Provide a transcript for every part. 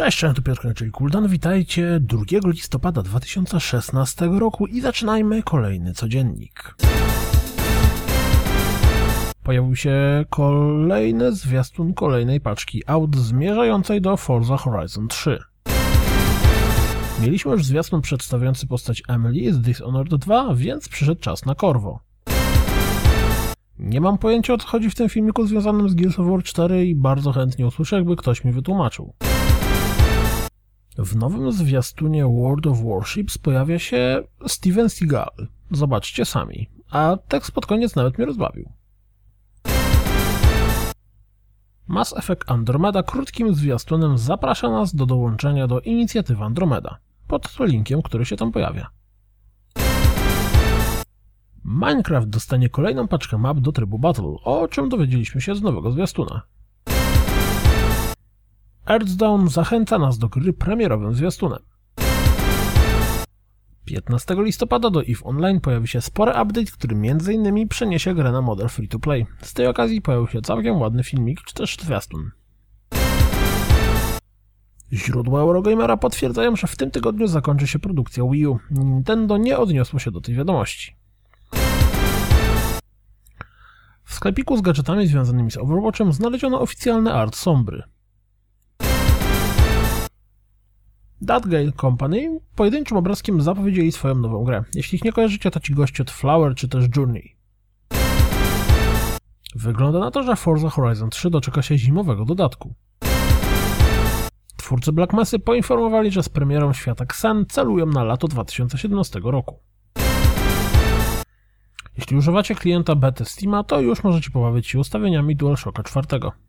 Cześć, tu Piotr, czyli Kuldan. Witajcie 2 listopada 2016 roku i zaczynajmy kolejny codziennik. Pojawił się kolejny zwiastun kolejnej paczki aut zmierzającej do Forza Horizon 3. Mieliśmy już zwiastun przedstawiający postać Emily z Dishonored 2, więc przyszedł czas na Corvo. Nie mam pojęcia, o co chodzi w tym filmiku związanym z Gears of War 4 i bardzo chętnie usłyszę, jakby ktoś mi wytłumaczył. W nowym zwiastunie World of Warships pojawia się Steven Seagal. Zobaczcie sami. A tekst pod koniec nawet mnie rozbawił. Mass Effect Andromeda krótkim zwiastunem zaprasza nas do dołączenia do inicjatywy Andromeda. Pod linkiem, który się tam pojawia. Minecraft dostanie kolejną paczkę map do trybu Battle, o czym dowiedzieliśmy się z nowego zwiastuna. Earthdawn zachęca nas do gry premierowym zwiastunem. 15 listopada do EVE Online pojawi się spory update, który m.in. przeniesie grę na model free-to-play. Z tej okazji pojawił się całkiem ładny filmik, czy też zwiastun. Źródła Eurogamera potwierdzają, że w tym tygodniu zakończy się produkcja Wii U. Nintendo nie odniosło się do tej wiadomości. W sklepiku z gadżetami związanymi z Overwatchem znaleziono oficjalny art sombry. That Gale Company pojedynczym obrazkiem zapowiedzieli swoją nową grę. Jeśli ich nie kojarzycie, to ci goście od Flower czy też Journey. Wygląda na to, że Forza Horizon 3 doczeka się zimowego dodatku. Twórcy Black Mesy poinformowali, że z premierą świata Xen celują na lato 2017 roku. Jeśli używacie klienta bety Steama, to już możecie pobawić się ustawieniami DualShocka 4.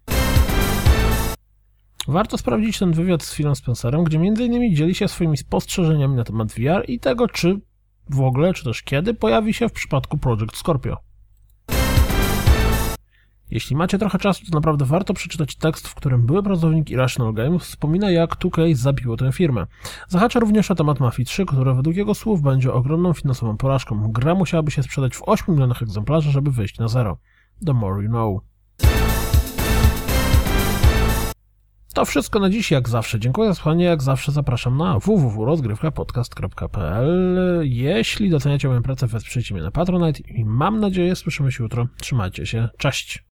Warto sprawdzić ten wywiad z Philem Spencerem, gdzie m.in. dzieli się swoimi spostrzeżeniami na temat VR i tego, czy w ogóle, czy też kiedy pojawi się w przypadku Project Scorpio. Jeśli macie trochę czasu, to naprawdę warto przeczytać tekst, w którym były pracownik Irrational Games wspomina, jak 2K zabiło tę firmę. Zahacza również o temat Mafii 3, która według jego słów będzie ogromną finansową porażką. Gra musiałaby się sprzedać w 8 milionach egzemplarzy, żeby wyjść na zero. The more you know. To wszystko na dziś, jak zawsze. Dziękuję za słuchanie, jak zawsze zapraszam na www.rozgrywkapodcast.pl. Jeśli doceniacie moją pracę, wesprzyjcie mnie na Patronite i mam nadzieję, słyszymy się jutro. Trzymajcie się, cześć!